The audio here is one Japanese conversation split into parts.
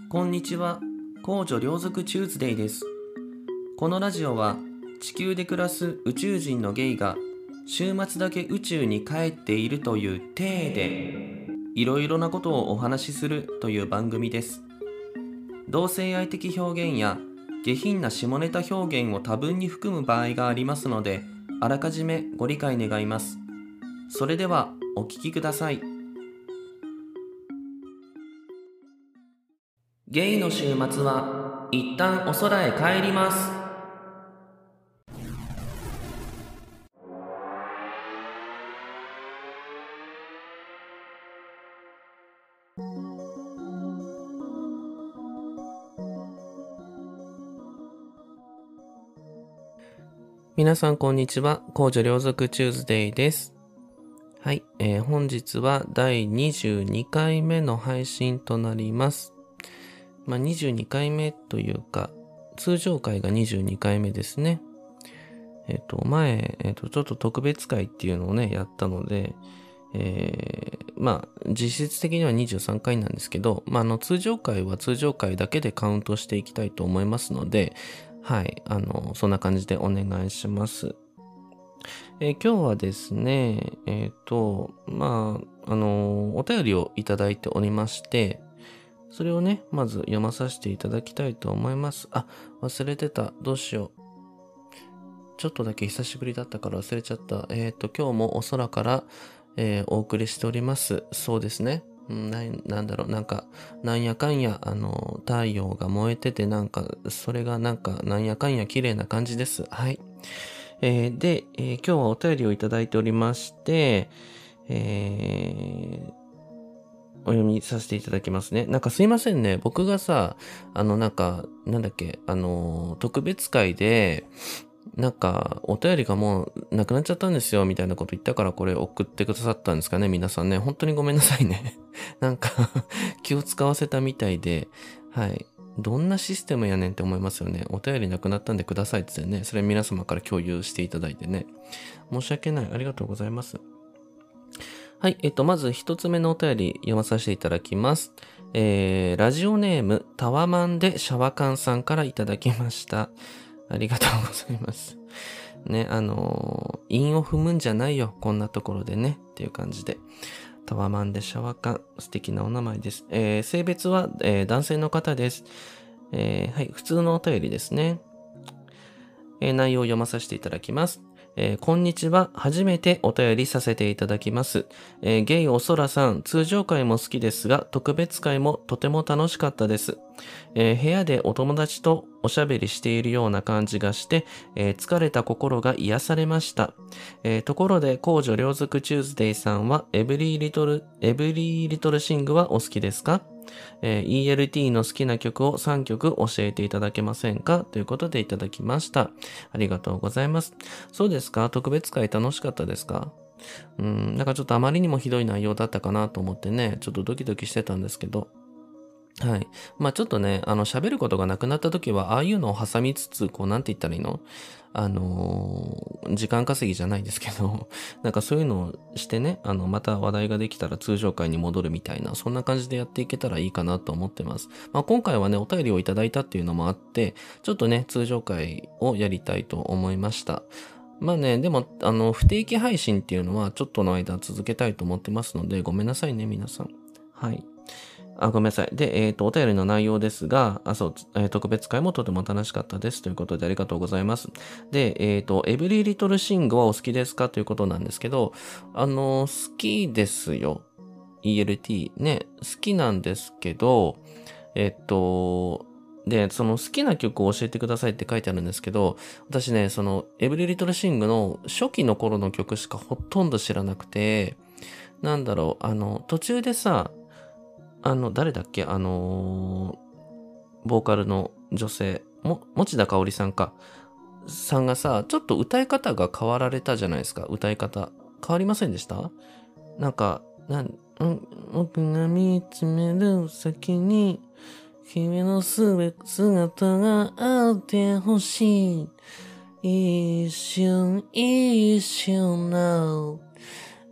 こんにちは。公女両族チューズデイです。このラジオは地球で暮らす宇宙人のゲイが週末だけ宇宙に帰っているという体でいろいろなことをお話しするという番組です。同性愛的表現や下品な下ネタ表現を多分に含む場合がありますので、あらかじめご理解願います。それではお聞きください。ゲイの週末は一旦お空へ帰ります。皆さんこんにちは。公女両族チューズデイです。はい、本日は第22回目の配信となります。22回目というか、通常回が22回目ですね。前、ちょっと特別回っていうのをね、やったので、実質的には23回なんですけど、通常回は通常回だけでカウントしていきたいと思いますので、はい、そんな感じでお願いします。今日はですね、お便りをいただいておりまして、それをね、まず読まさせていただきたいと思います。忘れてた。どうしよう。ちょっとだけ久しぶりだったから忘れちゃった。今日もお空から、お送りしております。そうですね。なんやかんや、太陽が燃えてて、それがなんやかんや綺麗な感じです。はい。で、今日はお便りをいただいておりまして、お読みさせていただきますね。すいませんね。僕がさ、特別会で、お便りがもうなくなっちゃったんですよ、みたいなこと言ったからこれ送ってくださったんですかね、皆さんね。本当にごめんなさいね。気を使わせたみたいで、はい。どんなシステムやねんって思いますよね。お便りなくなったんでくださいって言ってね、それ皆様から共有していただいてね。申し訳ない。ありがとうございます。はい。まず一つ目のお便り読まさせていただきます。ラジオネーム、タワマンでシャワカンさんからいただきました。ありがとうございます。ね、韻を踏むんじゃないよ。こんなところでね。っていう感じで。タワマンでシャワカン。素敵なお名前です。性別は、男性の方です。はい。普通のお便りですね。内容を読まさせていただきます。こんにちは。初めてお便りさせていただきます。ゲイおそらさん、通常回も好きですが、特別回もとても楽しかったです。部屋でお友達とおしゃべりしているような感じがして、疲れた心が癒されました。ところで、公女両族チューズデイさんは、エブリーリトルシングはお好きですか？ELT の好きな曲を3曲教えていただけませんか？ということでいただきました。ありがとうございます。そうですか？特別会楽しかったですか？ちょっとあまりにもひどい内容だったかなと思ってね、ちょっとドキドキしてたんですけど、はい。ちょっとね、喋ることがなくなった時は、ああいうのを挟みつつ、なんて言ったらいいの？時間稼ぎじゃないですけど、そういうのをしてね、また話題ができたら通常回に戻るみたいな、そんな感じでやっていけたらいいかなと思ってます。今回はね、お便りをいただいたっていうのもあって、ちょっとね、通常回をやりたいと思いました。でも、不定期配信っていうのは、ちょっとの間続けたいと思ってますので、ごめんなさいね、皆さん。はい。ごめんなさい。で、お便りの内容ですが、特別会もとても楽しかったですということでありがとうございます。で、エブリリトルシングはお好きですかということなんですけど、好きですよ。ELT ね、好きなんですけど、で、その好きな曲を教えてくださいって書いてあるんですけど、私ね、そのエブリリトルシングの初期の頃の曲しかほとんど知らなくて、途中でさ、誰だっけボーカルの女性、持田香織さんさんがさ、ちょっと歌い方が変わられたじゃないですか、歌い方。変わりませんでした？僕が見つめる先に、君の姿があってほしい。一瞬一瞬の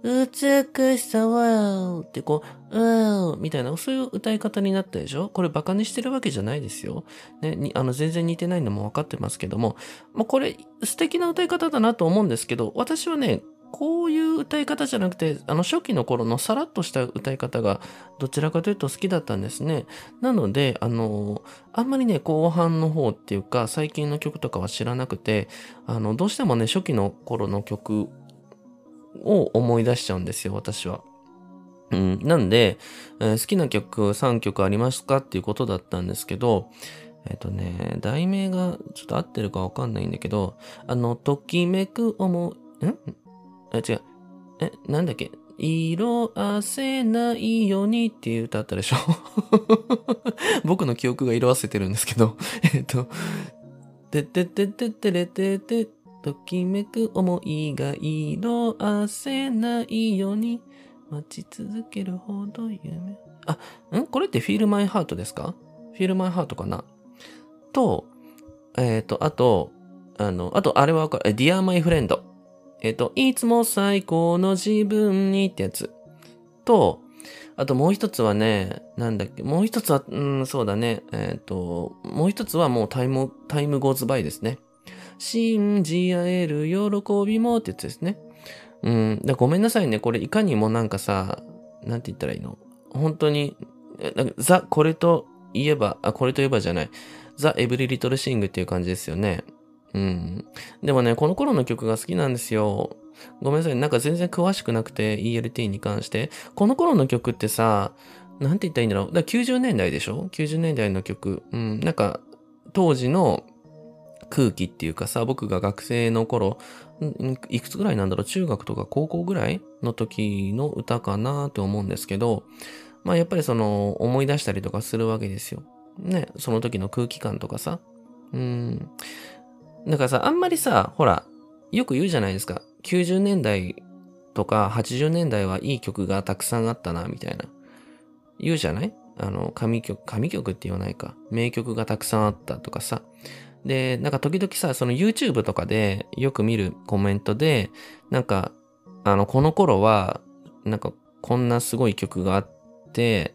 美しさは、ってこう、みたいな、そういう歌い方になったでしょ。これバカにしてるわけじゃないですよ。ね、全然似てないのも分かってますけども、これ素敵な歌い方だなと思うんですけど、私はね、こういう歌い方じゃなくて、初期の頃のさらっとした歌い方が、どちらかというと好きだったんですね。なので、あんまりね、後半の方っていうか、最近の曲とかは知らなくて、どうしてもね、初期の頃の曲を思い出しちゃうんですよ、私は。なんで、好きな曲3曲ありますかっていうことだったんですけど、題名がちょっと合ってるかわかんないんだけど、ときめく思い、違う。なんだっけ、色あせないようにっていう歌あったでしょ。僕の記憶が色あせてるんですけど、てってってってってれてて、ときめく思いが色あせないように待ち続けるほど夢。これってフィールマイハートですか？フィールマイハートかなと、あと、あれはわかる。Dear My Friend。いつも最高の自分にってやつ。と、あともう一つはね、なんだっけ、もう一つは、そうだね。もう一つはもうタイムゴーズバイですね。信じ合える喜びもってやつですね。ごめんなさいね。これいかにもなんかさ、なんて言ったらいいの？本当に、これといえば、これといえばじゃない。ザ・エブリ・リトル・シングっていう感じですよね。でもね、この頃の曲が好きなんですよ。ごめんなさい。なんか全然詳しくなくて、ELT に関して。この頃の曲ってさ、なんて言ったらいいんだろう。90年代でしょ？ 90 年代の曲。なんか、当時の空気っていうかさ、僕が学生の頃、いくつぐらいなんだろう、中学とか高校ぐらいの時の歌かなと思うんですけど、やっぱり思い出したりとかするわけですよ。ね、その時の空気感とかさ。だからさ、あんまりさ、ほら、よく言うじゃないですか。90年代とか80年代はいい曲がたくさんあったな、みたいな。言うじゃない？神曲って言わないか。名曲がたくさんあったとかさ。で、なんか時々さ、その YouTube とかでよく見るコメントで、なんか、この頃は、なんかこんなすごい曲があって、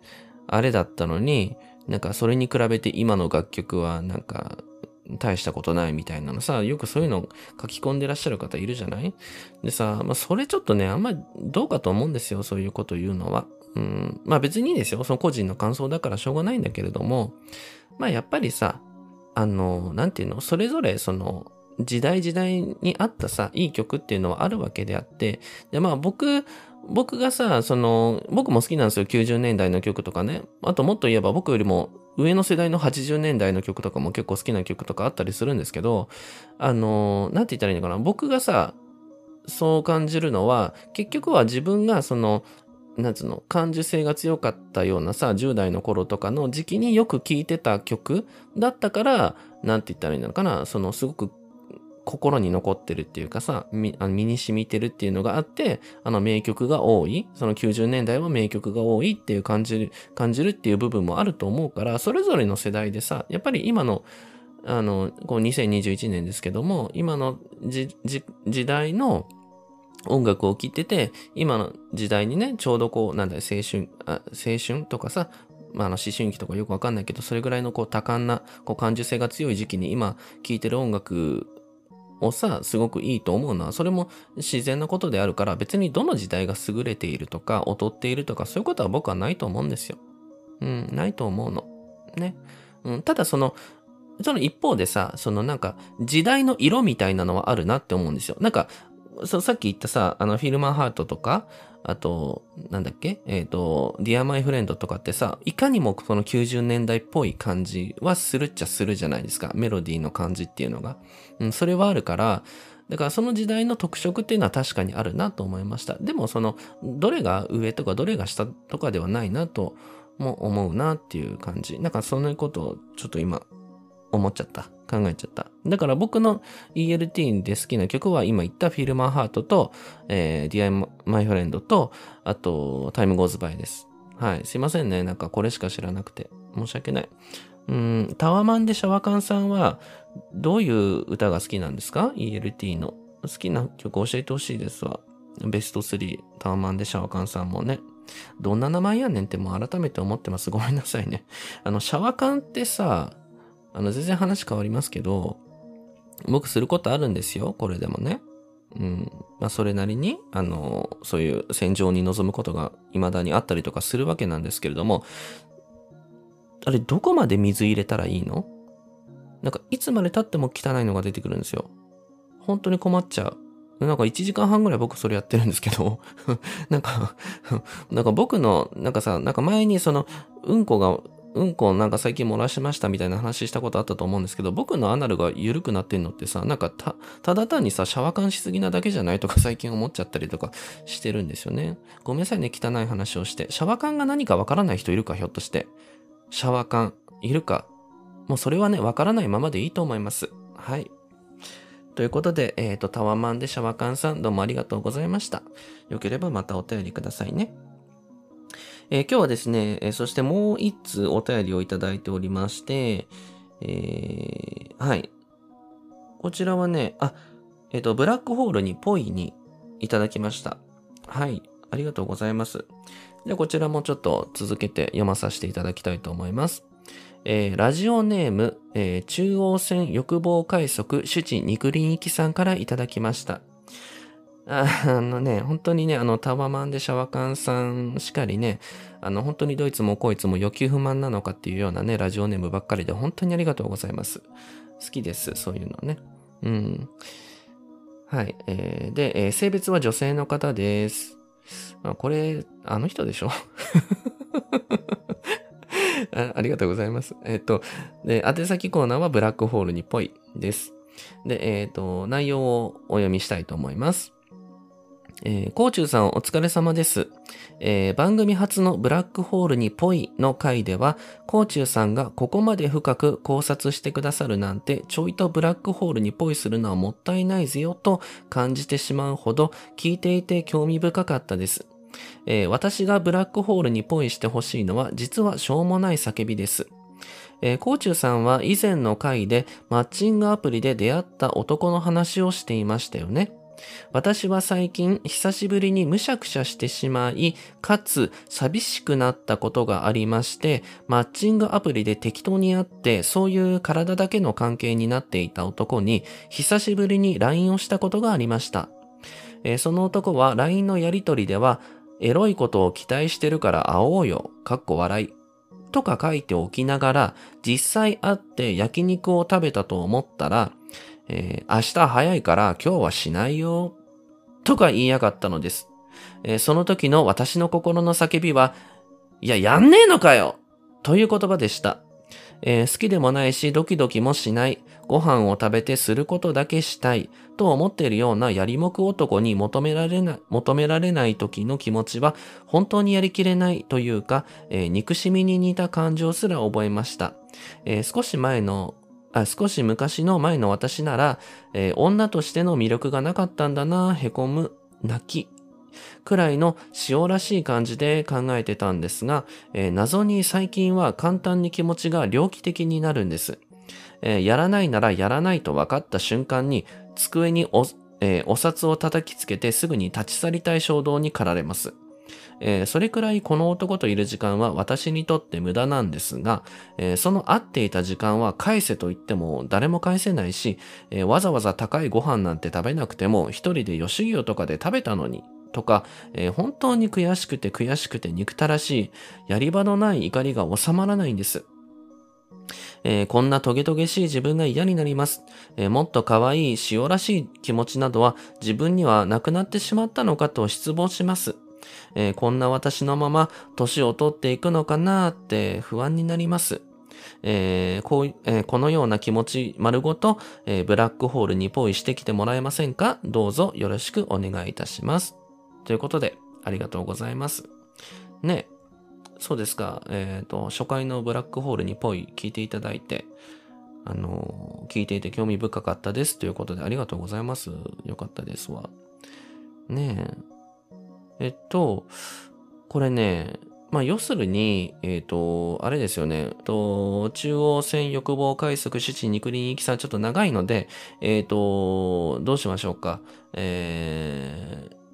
あれだったのに、なんかそれに比べて今の楽曲はなんか大したことないみたいなのさ、よくそういうの書き込んでらっしゃる方いるじゃない？でさ、それちょっとね、あんまりどうかと思うんですよ、そういうこと言うのは。別にいいですよ。その個人の感想だからしょうがないんだけれども、やっぱりさ、なんていうの、それぞれその、時代にあったさ、いい曲っていうのはあるわけであって、で、僕がさ、僕も好きなんですよ。90年代の曲とかね。あともっと言えば僕よりも上の世代の80年代の曲とかも結構好きな曲とかあったりするんですけど、なんて言ったらいいのかな。僕がさ、そう感じるのは、結局は自分がなんつうの、感受性が強かったようなさ、10代の頃とかの時期によく聴いてた曲だったから、なんて言ったらいいのかな、すごく心に残ってるっていうかさ、身に染みてるっていうのがあって、名曲が多い、その90年代は名曲が多いっていう感じるっていう部分もあると思うから、それぞれの世代でさ、やっぱり今の、こう2021年ですけども、今の時代の音楽を聴いてて、今の時代にね、ちょうどこう、青春とかさ、思春期とかよくわかんないけど、それぐらいのこう多感な、こう感受性が強い時期に今聴いてる音楽をさ、すごくいいと思うのは、それも自然なことであるから、別にどの時代が優れているとか、劣っているとか、そういうことは僕はないと思うんですよ。ないと思うの。ね。ただその一方でさ、なんか、時代の色みたいなのはあるなって思うんですよ。なんか、さっき言ったさ、フィルマンハートとか、あと、なんだっけDear My Friend とかってさ、いかにもその90年代っぽい感じはするっちゃするじゃないですか。メロディーの感じっていうのが。それはあるから、だからその時代の特色っていうのは確かにあるなと思いました。でもどれが上とかどれが下とかではないなとも思うなっていう感じ。なんかそんなことをちょっと今思っちゃった。考えちゃった。だから僕の ELT で好きな曲は今言ったフィルマーハートと、Dear My Friend と、あと、Time Goes By です。はい。すいませんね。なんかこれしか知らなくて。申し訳ない。タワマンでシャワカンさんは、どういう歌が好きなんですか？ ELT の。好きな曲教えてほしいですわ。 ベスト3、タワマンでシャワカンさんもね。どんな名前やねんってもう改めて思ってます。ごめんなさいね。シャワカンってさ、全然話変わりますけど、僕することあるんですよ。これでもね。それなりに、そういう戦場に臨むことが未だにあったりとかするわけなんですけれども、あれ、どこまで水入れたらいいの？なんか、いつまで経っても汚いのが出てくるんですよ。本当に困っちゃう。なんか1時間半ぐらい僕それやってるんですけど、なんか僕の、なんかさ、なんか前にうんこをなんか最近漏らしましたみたいな話したことあったと思うんですけど、僕のアナルが緩くなってんのってさ、なんかただ単にさ、シャワカンしすぎなだけじゃないとか最近思っちゃったりとかしてるんですよね。ごめんなさいね、汚い話をして。シャワカンが何かわからない人いるか、ひょっとして。シャワカン、いるか。もうそれはね、わからないままでいいと思います。はい。ということで、タワマンでシャワカンさん、どうもありがとうございました。よければまたお便りくださいね。今日はですね、そしてもう一通お便りをいただいておりまして、はい。こちらはね、ブラックホールにぽいにいただきました。はい。ありがとうございます。ではこちらもちょっと続けて読まさせていただきたいと思います。ラジオネーム、中央線欲望快速主治肉林行きさんからいただきました。本当にね、タワマンでシャワカンさんしかりね、本当にどいつもこいつも欲求不満なのかっていうようなね、ラジオネームばっかりで本当にありがとうございます。好きです、そういうのね。はい。で、性別は女性の方です。これ、あの人でしょありがとうございます。で、宛先コーナーはブラックホールにぽいです。で、内容をお読みしたいと思います。コーチューさんお疲れ様です。番組初のブラックホールにぽいの回では、コーチューさんがここまで深く考察してくださるなんて、ちょいとブラックホールにぽいするのはもったいないぜよと感じてしまうほど、聞いていて興味深かったです。私がブラックホールにポイしてほしいのは実はしょうもない叫びです。コーチューさんは以前の回でマッチングアプリで出会った男の話をしていましたよね。私は最近久しぶりにむしゃくしゃしてしまい、かつ寂しくなったことがありまして、マッチングアプリで適当に会って、そういう体だけの関係になっていた男に久しぶりに LINE をしたことがありました。その男は LINE のやりとりでは、エロいことを期待してるから会おうよ、かっこ笑い。とか書いておきながら、実際会って焼肉を食べたと思ったら、明日早いから今日はしないよ、とか言いやがったのです。その時の私の心の叫びは、いや、やんねえのかよという言葉でした。好きでもないしドキドキもしない、ご飯を食べてすることだけしたいと思っているようなやりもく男に求められない時の気持ちは本当にやりきれないというか、憎しみに似た感情すら覚えました。少し昔の前の私なら、女としての魅力がなかったんだな、へこむ、泣き、くらいの塩らしい感じで考えてたんですが、謎に最近は簡単に気持ちが猟奇的になるんです。やらないならやらないと分かった瞬間に机にお札を叩きつけてすぐに立ち去りたい衝動に駆られます。それくらいこの男といる時間は私にとって無駄なんですが、その会っていた時間は返せと言っても誰も返せないし、わざわざ高いご飯なんて食べなくても一人で吉牛とかで食べたのに、とか、本当に悔しくて憎たらしい、やり場のない怒りが収まらないんです。こんなトゲトゲしい自分が嫌になります。もっと可愛い塩らしい気持ちなどは自分にはなくなってしまったのかと失望します。こんな私のまま年を取っていくのかなって不安になります。このような気持ち丸ごと、ブラックホールにポイしてきてもらえませんか？どうぞよろしくお願いいたします。ということで、ありがとうございます。ね、そうですか。初回のブラックホールにポイ聞いていただいて、聞いていて興味深かったですということでありがとうございます。よかったですわ。ねえ。これね、要するに、あれですよね。中央線欲望快速主治肉林行きさんちょっと長いので、どうしましょうか。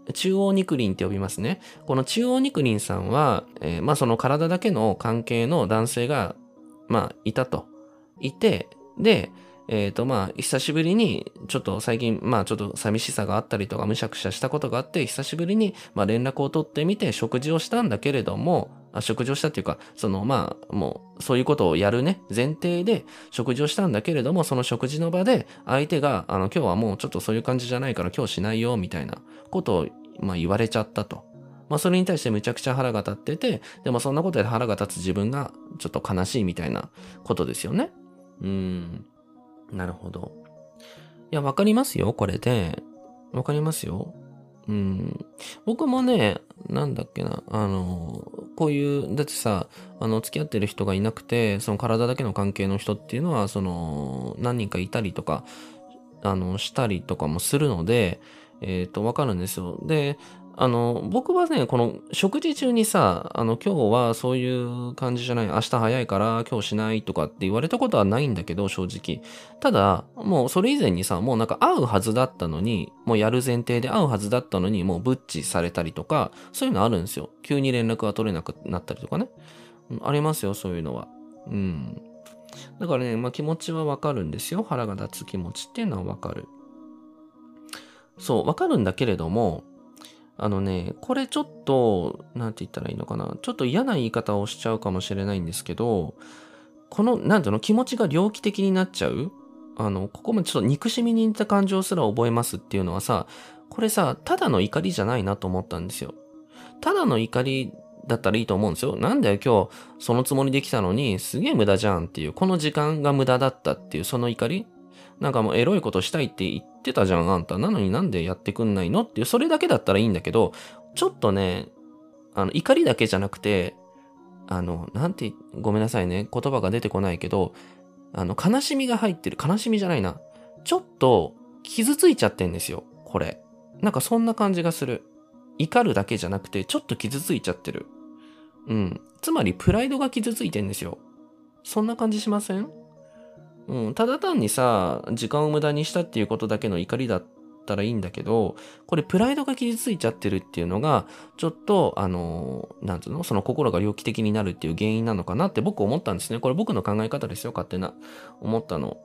中央肉林って呼びますね。この中央肉林さんは、まあその体だけの関係の男性が、まあいたと。いて、で、まあ久しぶりに、ちょっと最近、まあちょっと寂しさがあったりとか、むしゃくしゃしたことがあって、久しぶりに、まあ連絡を取ってみて食事をしたんだけれども、食事をしたっていうか、まあ、もう、そういうことをやるね、前提で食事をしたんだけれども、その食事の場で、相手が、今日はもうちょっとそういう感じじゃないから今日しないよ、みたいなことを、まあ言われちゃったと。まあそれに対してめちゃくちゃ腹が立ってて、でもそんなことで腹が立つ自分がちょっと悲しいみたいなことですよね。なるほど。いや、わかりますよ、これで。わかりますよ。僕もね、なんだっけな、こういう、だってさ、付き合ってる人がいなくて、その体だけの関係の人っていうのは、何人かいたりとか、したりとかもするので、わかるんですよ。で、僕はね、この食事中にさ、今日はそういう感じじゃない、明日早いから今日しないとかって言われたことはないんだけど、正直。ただ、もうそれ以前にさ、もうなんか会うはずだったのに、もうやる前提で会うはずだったのに、もうブッチされたりとか、そういうのあるんですよ。急に連絡が取れなくなったりとかね。ありますよ、そういうのは。だからね、まあ気持ちはわかるんですよ。腹が立つ気持ちっていうのはわかる。そう、わかるんだけれども、これちょっと、なんて言ったらいいのかな。ちょっと嫌な言い方をしちゃうかもしれないんですけど、この、なんていうの、気持ちが猟奇的になっちゃう。ここもちょっと憎しみに似た感情すら覚えますっていうのはさ、これさ、ただの怒りじゃないなと思ったんですよ。ただの怒りだったらいいと思うんですよ。なんだよ今日、そのつもりできたのに、すげえ無駄じゃんっていう、この時間が無駄だったっていう、その怒り。なんかもうエロいことしたいって言ってたじゃん、あんた。なのになんでやってくんないのっていう、それだけだったらいいんだけど、ちょっとね、怒りだけじゃなくて、なんて、ごめんなさいね、言葉が出てこないけど、悲しみが入ってる。悲しみじゃないな。ちょっと、傷ついちゃってんですよ、これ。なんかそんな感じがする。怒るだけじゃなくて、ちょっと傷ついちゃってる。つまり、プライドが傷ついてんですよ。そんな感じしません？ただ単にさ、時間を無駄にしたっていうことだけの怒りだったらいいんだけど、これプライドが傷ついちゃってるっていうのが、ちょっと、なんつうの、その心が猟奇的になるっていう原因なのかなって僕思ったんですね。これ僕の考え方ですよ、勝手な。思ったの。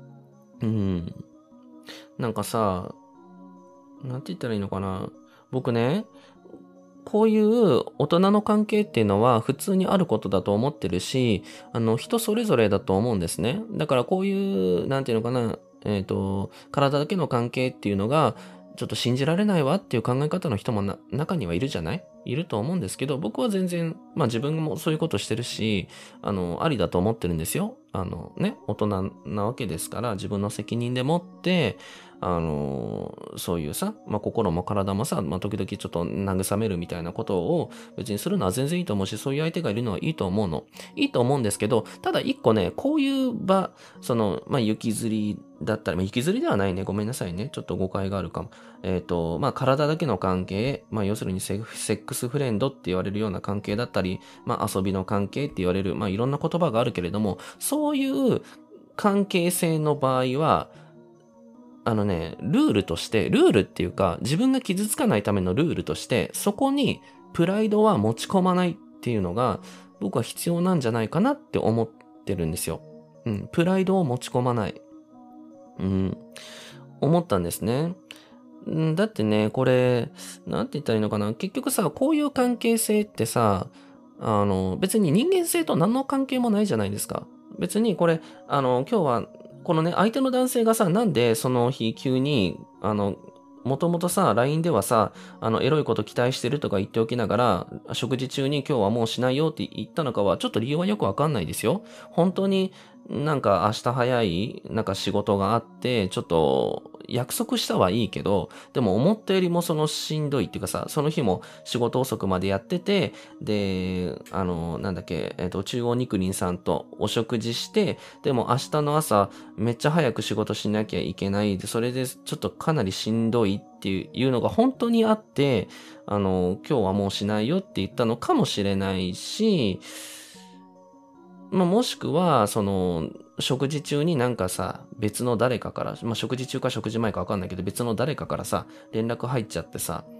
なんかさ、なんて言ったらいいのかな。僕ね、こういう大人の関係っていうのは普通にあることだと思ってるし、人それぞれだと思うんですね。だからこういう、なんていうのかな、体だけの関係っていうのが、ちょっと信じられないわっていう考え方の人も中にはいるじゃない？いると思うんですけど、僕は全然、まあ自分もそういうことしてるし、ありだと思ってるんですよ。大人なわけですから、自分の責任でもって、そういうさ、まあ、心も体もさ、まあ、時々ちょっと慰めるみたいなことを別にするのは全然いいと思うし、そういう相手がいるのはいいと思うの。いいと思うんですけど、ただ一個ね、こういう場、まあ、雪吊りだったら、まあ、雪吊りではないね。ごめんなさいね。ちょっと誤解があるかも。まあ、体だけの関係、まあ、要するにセックスフレンドって言われるような関係だったり、まあ、遊びの関係って言われる、まあ、いろんな言葉があるけれども、そういう関係性の場合は、ルールとして、ルールっていうか、自分が傷つかないためのルールとして、そこにプライドは持ち込まないっていうのが、僕は必要なんじゃないかなって思ってるんですよ。プライドを持ち込まない。思ったんですね。だってね、これ、なんて言ったらいいのかな。結局さ、こういう関係性ってさ、別に人間性と何の関係もないじゃないですか。別にこれ、今日は、このね、相手の男性がさ、なんでその日急に、もともとさ、LINE ではさ、エロいこと期待してるとか言っておきながら、食事中に今日はもうしないよって言ったのかは、ちょっと理由はよくわかんないですよ。本当になんか明日早い、なんか仕事があって、ちょっと約束したはいいけど、でも思ったよりもそのしんどいっていうかさ、その日も仕事遅くまでやってて、で、なんだっけ、中央肉林さんとお食事して、でも明日の朝めっちゃ早く仕事しなきゃいけないで、それでちょっとかなりしんどいっていうのが本当にあって、今日はもうしないよって言ったのかもしれないし、まあ、もしくは、食事中になんかさ、別の誰かから、まあ、食事中か食事前かわかんないけど、別の誰かからさ、連絡入っちゃってさ、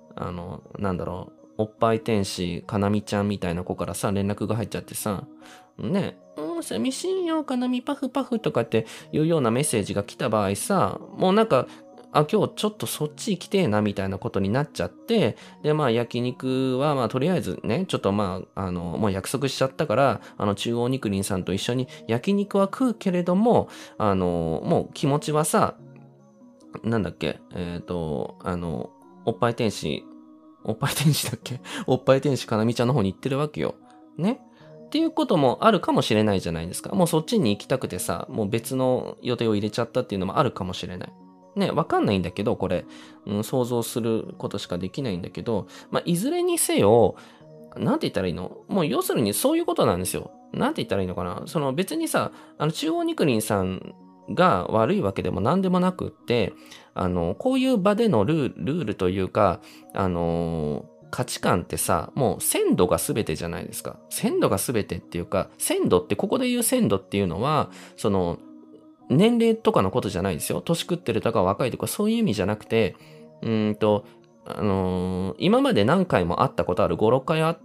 なんだろう、おっぱい天使、かなみちゃんみたいな子からさ、連絡が入っちゃってさ、ね、寂しいよ、かなみパフパフとかっていうようなメッセージが来た場合さ、もうなんか、今日ちょっとそっち行きてえなみたいなことになっちゃって、で、まあ焼肉はまあとりあえずね、ちょっとまあ、もう約束しちゃったから、中央肉林さんと一緒に焼肉は食うけれども、もう気持ちはさ、なんだっけ、おっぱい天使、おっぱい天使だっけおっぱい天使かなみちゃんの方に行ってるわけよ。ね。っていうこともあるかもしれないじゃないですか。もうそっちに行きたくてさ、もう別の予定を入れちゃったっていうのもあるかもしれない。ね、わかんないんだけど、これ、想像することしかできないんだけど、まあ、いずれにせよ、なんて言ったらいいの？もう要するにそういうことなんですよ。なんて言ったらいいのかな？その別にさ、中央肉林さんが悪いわけでも何でもなくって、こういう場でのルールというか、価値観ってさ、もう鮮度が全てじゃないですか。鮮度が全てっていうか、鮮度ってここで言う鮮度っていうのは、その、年齢とかのことじゃないですよ。年食ってるとか若いとかそういう意味じゃなくて、今まで何回も会ったことある、5、6回会って、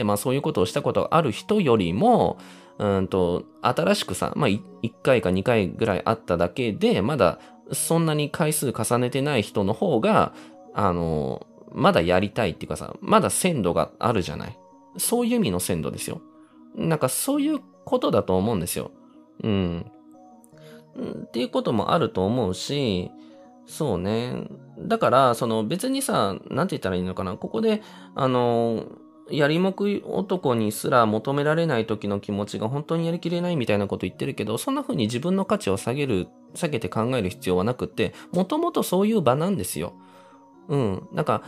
まあそういうことをしたことがある人よりも、新しくさ、まあ1回か2回ぐらい会っただけで、まだそんなに回数重ねてない人の方が、まだやりたいっていうかさ、まだ鮮度があるじゃない。そういう意味の鮮度ですよ。なんかそういうことだと思うんですよ。うん。っていうこともあると思うし、そうね。だから、その別にさ、なんて言ったらいいのかな。ここで、やりもく男にすら求められない時の気持ちが本当にやりきれないみたいなこと言ってるけど、そんな風に自分の価値を下げて考える必要はなくって、もともとそういう場なんですよ。うん。なんか、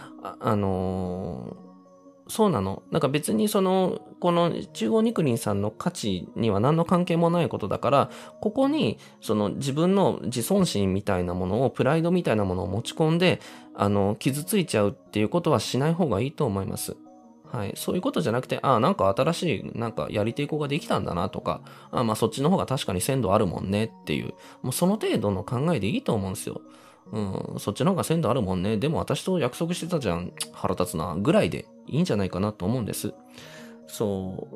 そうなの。なんか別にこの中央肉林さんの価値には何の関係もないことだから、ここに、自分の自尊心みたいなものを、プライドみたいなものを持ち込んで、傷ついちゃうっていうことはしない方がいいと思います。はい。そういうことじゃなくて、なんか新しい、なんかやり手い子ができたんだなとか、まあそっちの方が確かに鮮度あるもんねっていう、もうその程度の考えでいいと思うんですよ。そっちの方が鮮度あるもんね。でも私と約束してたじゃん。腹立つな。ぐらいでいいんじゃないかなと思うんです。そう。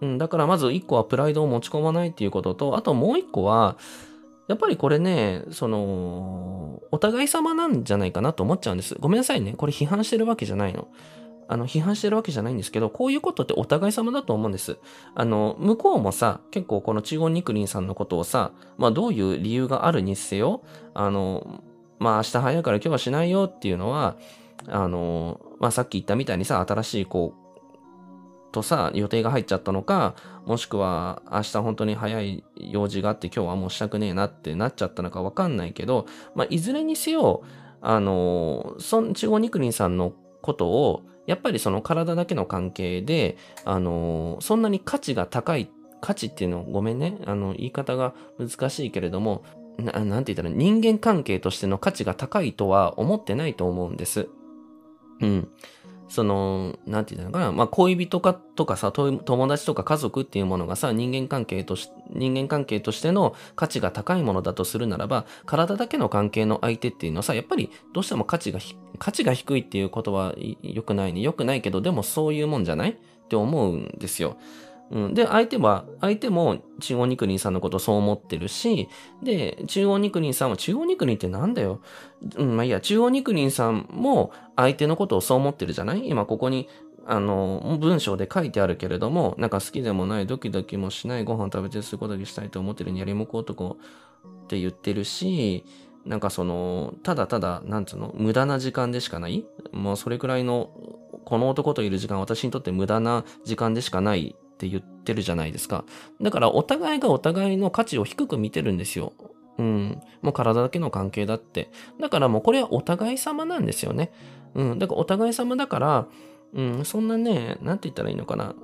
だからまず一個はプライドを持ち込まないっていうことと、あともう一個は、やっぱりこれね、お互い様なんじゃないかなと思っちゃうんです。ごめんなさいね。これ批判してるわけじゃないの。批判してるわけじゃないんですけど、こういうことってお互い様だと思うんです。向こうもさ、結構この中央肉林さんのことをさ、まあどういう理由があるにせよ、まあ明日早いから今日はしないよっていうのは、まあさっき言ったみたいにさ、新しい子とさ、予定が入っちゃったのか、もしくは明日本当に早い用事があって今日はもうしたくねえなってなっちゃったのかわかんないけど、まあいずれにせよ、中央肉林さんのことを、やっぱりその体だけの関係で、そんなに価値が高い、価値っていうのごめんね、言い方が難しいけれども、なんて言ったら人間関係としての価値が高いとは思ってないと思うんです。うん。なんて言うのかな、まあ、恋人とかさ、友達とか家族っていうものがさ、人間関係としての価値が高いものだとするならば、体だけの関係の相手っていうのはさ、やっぱりどうしても価値が低いっていうことは良くないね。良くないけど、でもそういうもんじゃないって思うんですよ。で、相手も中央肉林さんのことをそう思ってるし、で、中央肉林さんは、中央肉林ってなんだよ。まあいいや、中央肉林さんも相手のことをそう思ってるじゃない？今ここに、文章で書いてあるけれども、なんか好きでもない、ドキドキもしない、ご飯食べてそういうことにしたいと思ってるやりもく男って言ってるし、なんかただただ、なんつうの、無駄な時間でしかない？もうそれくらいの、この男といる時間、私にとって無駄な時間でしかないって言ってるじゃないですか。だからお互いがお互いの価値を低く見てるんですよ。もう体だけの関係だって。だからもうこれはお互い様なんですよね。だからお互い様だから、そんなね、なんて言ったらいいのかな。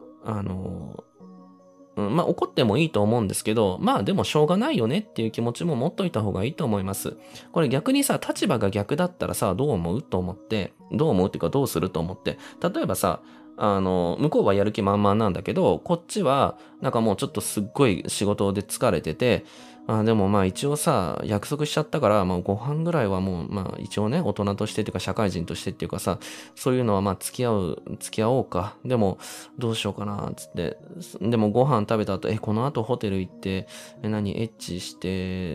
まあ怒ってもいいと思うんですけど、まあでもしょうがないよねっていう気持ちも持っといた方がいいと思います。これ逆にさ、立場が逆だったらさ、どう思うと思って、どう思うっていうかどうすると思って、例えばさ、向こうはやる気満々なんだけど、こっちは、なんかもうちょっとすっごい仕事で疲れてて、 でもまあ一応さ、約束しちゃったから、まあご飯ぐらいはもう、まあ一応ね、大人としてっていうか社会人としてっていうかさ、そういうのはまあ付き合おうか。でも、どうしようかな、つって。でもご飯食べた後、この後ホテル行って、エッチして、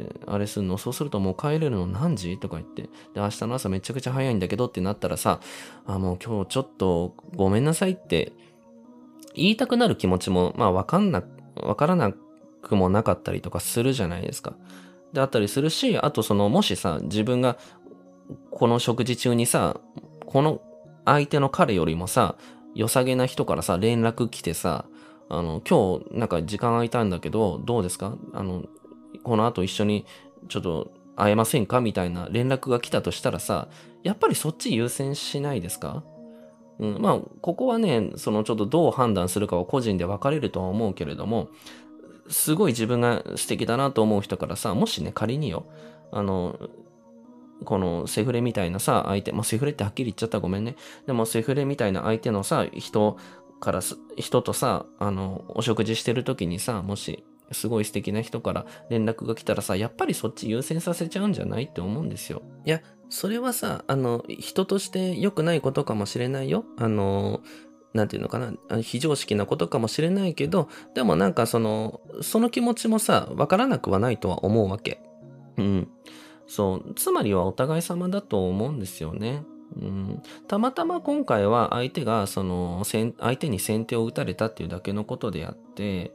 あれすんの？そうするともう帰れるの何時とか言って。で、明日の朝めちゃくちゃ早いんだけどってなったらさ、もう今日ちょっとごめんなさいって言いたくなる気持ちも、まあわからなくもなかったりとかするじゃないですか。であったりするし、あともしさ、自分がこの食事中にさ、この相手の彼よりもさ、良さげな人からさ、連絡来てさ、今日なんか時間空いたんだけど、どうですか？この後一緒にちょっと会えませんかみたいな連絡が来たとしたらさ、やっぱりそっち優先しないですか？まあ、ここはね、ちょっとどう判断するかは個人で分かれるとは思うけれども、すごい自分が素敵だなと思う人からさ、もしね、仮によ、このセフレみたいなさ、相手、セフレってはっきり言っちゃったらごめんね。でもセフレみたいな相手のさ、人とさ、お食事してる時にさ、もし、すごい素敵な人から連絡が来たらさ、やっぱりそっち優先させちゃうんじゃないって思うんですよ。いや、それはさ、人として良くないことかもしれないよ。なんていうのかな、非常識なことかもしれないけど、でもなんかその気持ちもさ、わからなくはないとは思うわけ。うん。そう。つまりはお互い様だと思うんですよね。たまたま今回は相手が相手に先手を打たれたっていうだけのことであって、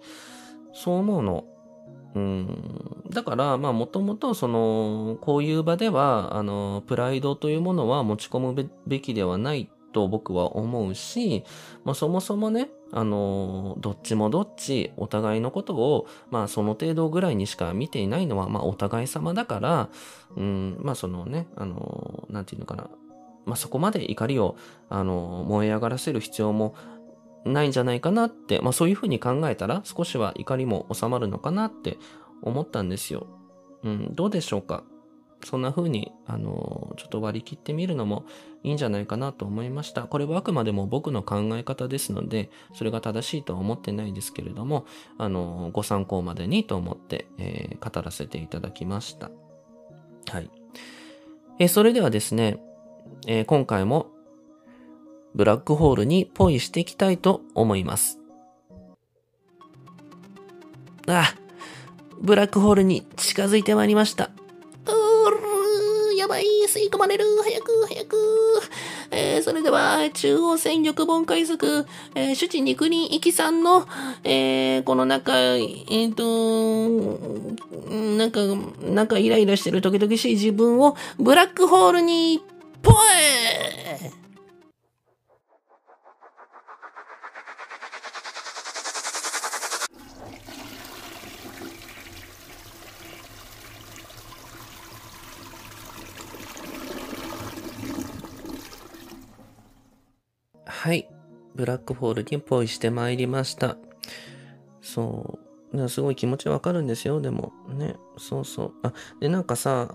そう思うの。だから、まあ、もともと、こういう場では、プライドというものは持ち込むべきではないと僕は思うし、まあ、そもそもね、どっちもどっち、お互いのことを、まあ、その程度ぐらいにしか見ていないのは、まあ、お互い様だから、まあ、なんていうのかな。まあ、そこまで怒りを、燃え上がらせる必要もないんじゃないかなって、まあそういうふうに考えたら少しは怒りも収まるのかなって思ったんですよ。どうでしょうか？そんな風に、ちょっと割り切ってみるのもいいんじゃないかなと思いました。これはあくまでも僕の考え方ですので、それが正しいとは思ってないですけれども、ご参考までにと思って、語らせていただきました。はい。それではですね、今回もブラックホールにポイしていきたいと思います。ブラックホールに近づいてまいりました。やばい、吸い込まれる、早く、早く。それでは、中央線翼本快速、主治肉林行きさんの、このなんかイライラしてる時々しい自分をブラックホールに、ポイはい。ブラックホールにポイしてまいりました。そう。すごい気持ちわかるんですよ、でも。ね。そうそう。で、なんかさ、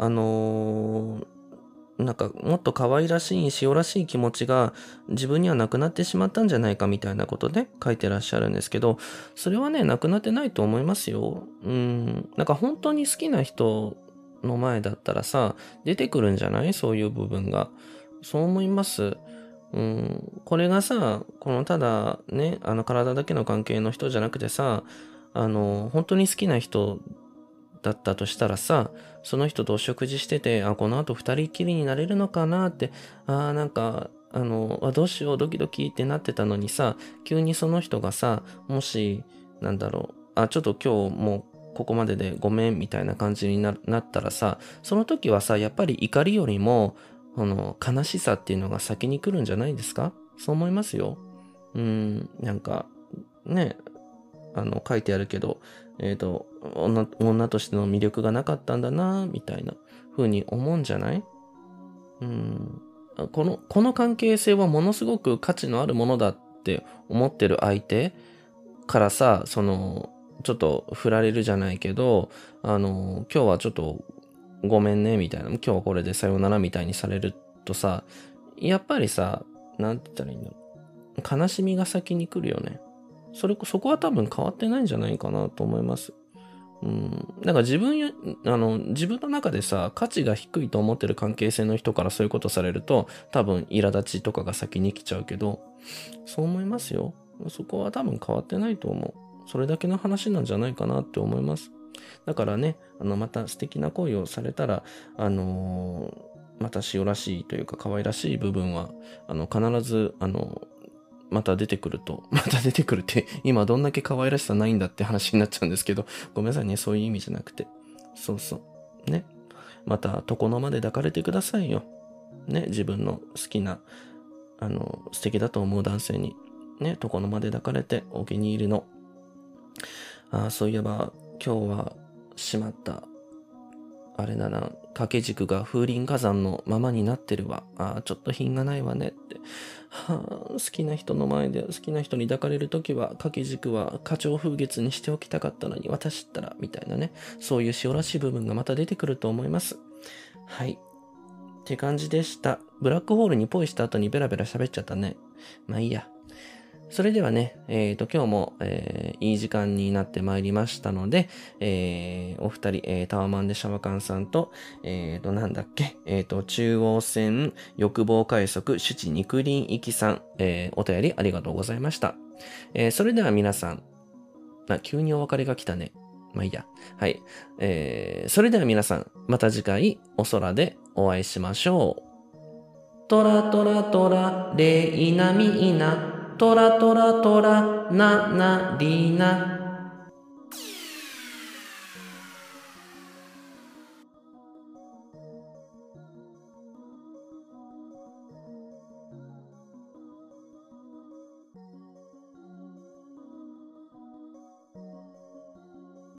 なんかもっと可愛らしい塩らしい気持ちが自分にはなくなってしまったんじゃないかみたいなことね、書いてらっしゃるんですけど、それはね、なくなってないと思いますよ。なんか本当に好きな人の前だったらさ、出てくるんじゃない？そういう部分が。そう思います。これがさ、ただね、体だけの関係の人じゃなくてさ、本当に好きな人だったとしたらさ、その人とお食事してて、この後二人きりになれるのかなって、なんか、どうしよう、ドキドキってなってたのにさ、急にその人がさ、もし、なんだろう、ちょっと今日もうここまででごめんみたいな感じになったらさ、その時はさ、やっぱり怒りよりも、悲しさっていうのが先に来るんじゃないですか？そう思いますよ。なんか、ね、書いてあるけど、女としての魅力がなかったんだな、みたいな風に思うんじゃない？この関係性はものすごく価値のあるものだって思ってる相手からさ、ちょっと振られるじゃないけど、今日はちょっとごめんね、みたいな、今日はこれでさようならみたいにされるとさ、やっぱりさ、なんて言ったらいいんだろう。悲しみが先に来るよね。そこは多分変わってないんじゃないかなと思います。 なんか自分の中でさ、価値が低いと思ってる関係性の人からそういうことされると、多分苛立ちとかが先に来ちゃうけど、そう思いますよ。そこは多分変わってないと思う。それだけの話なんじゃないかなって思います。だからね、また素敵な恋をされたら、また塩らしいというか可愛らしい部分は、必ず、また出てくるって、今どんだけ可愛らしさないんだって話になっちゃうんですけど、ごめんなさいね、そういう意味じゃなくて。そうそう。ね。また、床の間で抱かれてくださいよ。ね、自分の好きな、素敵だと思う男性に、ね、床の間で抱かれて、お気に入りの。そういえば、今日は、しまった。あれだな、掛け軸が風林火山のままになってるわ。ちょっと品がないわねって。好きな人の前で好きな人に抱かれるときは掛け軸は花鳥風月にしておきたかったのに私ったらみたいなね、そういう塩らしい部分がまた出てくると思います。はい。って感じでした。ブラックホールにポイした後にベラベラ喋っちゃったね。まあいいや。それではね、今日も、いい時間になってまいりましたので、お二人、タワマンでシャワカンさんと、なんだっけ、中央線欲望快速主治肉林行きさん、お便りありがとうございました。それでは皆さん、急にお別れが来たね。まあいいや。はい。それでは皆さん、また次回お空でお会いしましょう。トラトラトラ、レイナミイナ。トラトラトラ、ナナリーナ。